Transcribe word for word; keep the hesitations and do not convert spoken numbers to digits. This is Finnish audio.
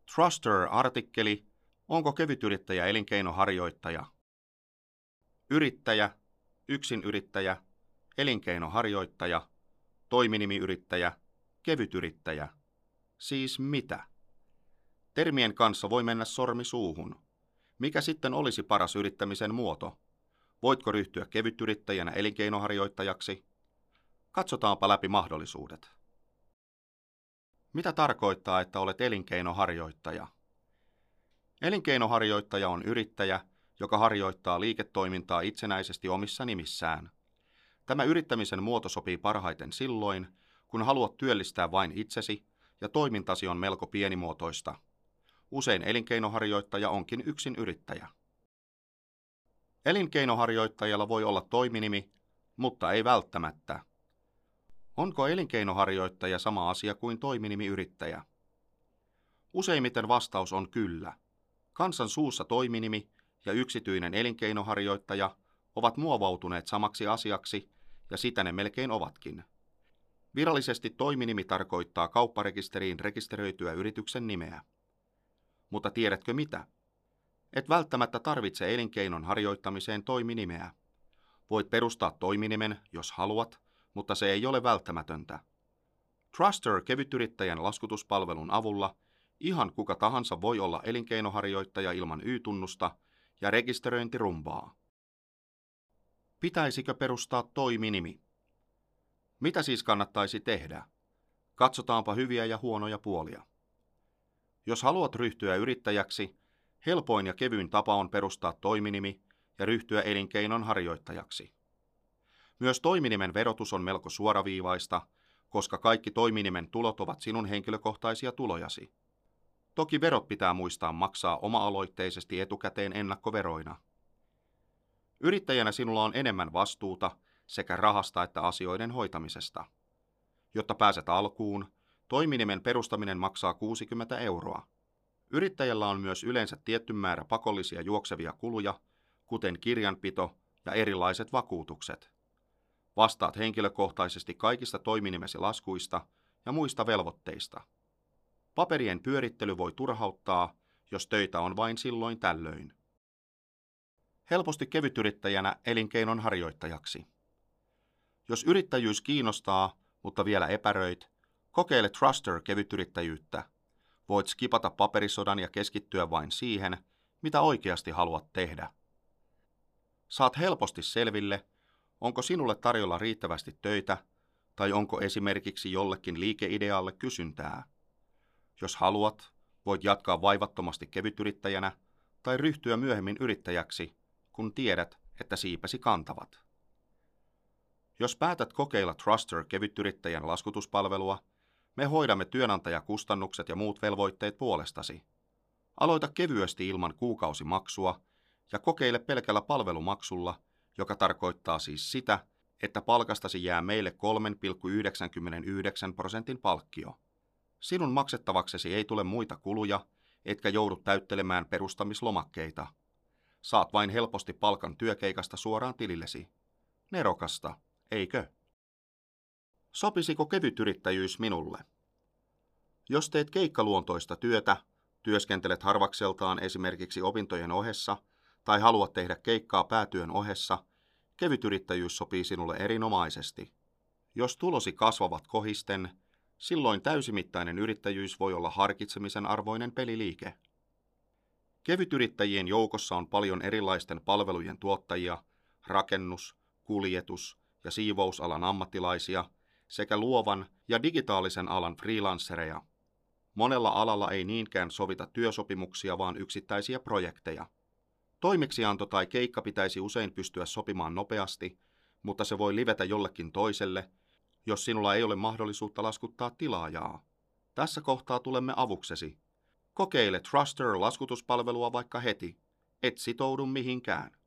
Truster-artikkeli, onko kevytyrittäjä elinkeinoharjoittaja? Yrittäjä, yksinyrittäjä, elinkeinoharjoittaja, toiminimiyrittäjä, kevytyrittäjä. Siis mitä? Termien kanssa voi mennä sormi suuhun. Mikä sitten olisi paras yrittämisen muoto? Voitko ryhtyä kevytyrittäjänä elinkeinoharjoittajaksi? Katsotaanpa läpi mahdollisuudet. Mitä tarkoittaa, että olet elinkeinoharjoittaja? Elinkeinoharjoittaja on yrittäjä, joka harjoittaa liiketoimintaa itsenäisesti omissa nimissään. Tämä yrittämisen muoto sopii parhaiten silloin, kun haluat työllistää vain itsesi ja toimintasi on melko pienimuotoista. Usein elinkeinoharjoittaja onkin yksin yrittäjä. Elinkeinoharjoittajalla voi olla toiminimi, mutta ei välttämättä. Onko elinkeinoharjoittaja sama asia kuin toiminimiyrittäjä? Useimmiten vastaus on kyllä. Kansan suussa toiminimi ja yksityinen elinkeinoharjoittaja ovat muovautuneet samaksi asiaksi, ja sitä ne melkein ovatkin. Virallisesti toiminimi tarkoittaa kaupparekisteriin rekisteröityä yrityksen nimeä. Mutta tiedätkö mitä? Et välttämättä tarvitse elinkeinon harjoittamiseen toiminimeä. Voit perustaa toiminimen, jos haluat, mutta se ei ole välttämätöntä. Truster-kevytyrittäjän laskutuspalvelun avulla ihan kuka tahansa voi olla elinkeinoharjoittaja ilman Y-tunnusta ja rekisteröintirumbaa. Pitäisikö perustaa toiminimi? Mitä siis kannattaisi tehdä? Katsotaanpa hyviä ja huonoja puolia. Jos haluat ryhtyä yrittäjäksi, helpoin ja kevyin tapa on perustaa toiminimi ja ryhtyä elinkeinon harjoittajaksi. Myös toiminimen verotus on melko suoraviivaista, koska kaikki toiminimen tulot ovat sinun henkilökohtaisia tulojasi. Toki verot pitää muistaa maksaa oma-aloitteisesti etukäteen ennakkoveroina. Yrittäjänä sinulla on enemmän vastuuta sekä rahasta että asioiden hoitamisesta. Jotta pääset alkuun, toiminimen perustaminen maksaa kuusikymmentä euroa. Yrittäjällä on myös yleensä tietty määrä pakollisia juoksevia kuluja, kuten kirjanpito ja erilaiset vakuutukset. Vastaat henkilökohtaisesti kaikista toiminimesi laskuista ja muista velvoitteista. Paperien pyörittely voi turhauttaa, jos töitä on vain silloin tällöin. Helposti kevytyrittäjänä elinkeinon harjoittajaksi. Jos yrittäjyys kiinnostaa, mutta vielä epäröit, kokeile Truster-kevytyrittäjyyttä. Voit skipata paperisodan ja keskittyä vain siihen, mitä oikeasti haluat tehdä. Saat helposti selville, onko sinulle tarjolla riittävästi töitä tai onko esimerkiksi jollekin liikeidealle kysyntää. Jos haluat, voit jatkaa vaivattomasti kevytyrittäjänä tai ryhtyä myöhemmin yrittäjäksi, kun tiedät, että siipäsi kantavat. Jos päätät kokeilla Truster-kevytyrittäjän laskutuspalvelua, me hoidamme työnantajakustannukset ja muut velvoitteet puolestasi. Aloita kevyesti ilman kuukausimaksua ja kokeile pelkällä palvelumaksulla, joka tarkoittaa siis sitä, että palkastasi jää meille kolme pilkku yhdeksänkymmentäyhdeksän prosentin palkkio. Sinun maksettavaksesi ei tule muita kuluja, etkä joudu täyttelemään perustamislomakkeita. Saat vain helposti palkan työkeikasta suoraan tilillesi. Nerokasta, eikö? Sopisiko kevytyrittäjyys minulle? Jos teet keikkaluontoista työtä, työskentelet harvakseltaan esimerkiksi opintojen ohessa tai haluat tehdä keikkaa päätyön ohessa, kevytyrittäjyys sopii sinulle erinomaisesti. Jos tulosi kasvavat kohisten, silloin täysimittainen yrittäjyys voi olla harkitsemisen arvoinen peliliike. Kevytyrittäjien joukossa on paljon erilaisten palvelujen tuottajia, rakennus, kuljetus ja siivousalan ammattilaisia sekä luovan ja digitaalisen alan freelancereja. Monella alalla ei niinkään sovita työsopimuksia, vaan yksittäisiä projekteja. Toimeksianto tai keikka pitäisi usein pystyä sopimaan nopeasti, mutta se voi livetä jollekin toiselle, jos sinulla ei ole mahdollisuutta laskuttaa tilaajaa. Tässä kohtaa tulemme avuksesi. Kokeile Truster-laskutuspalvelua vaikka heti. Et sitoudu mihinkään.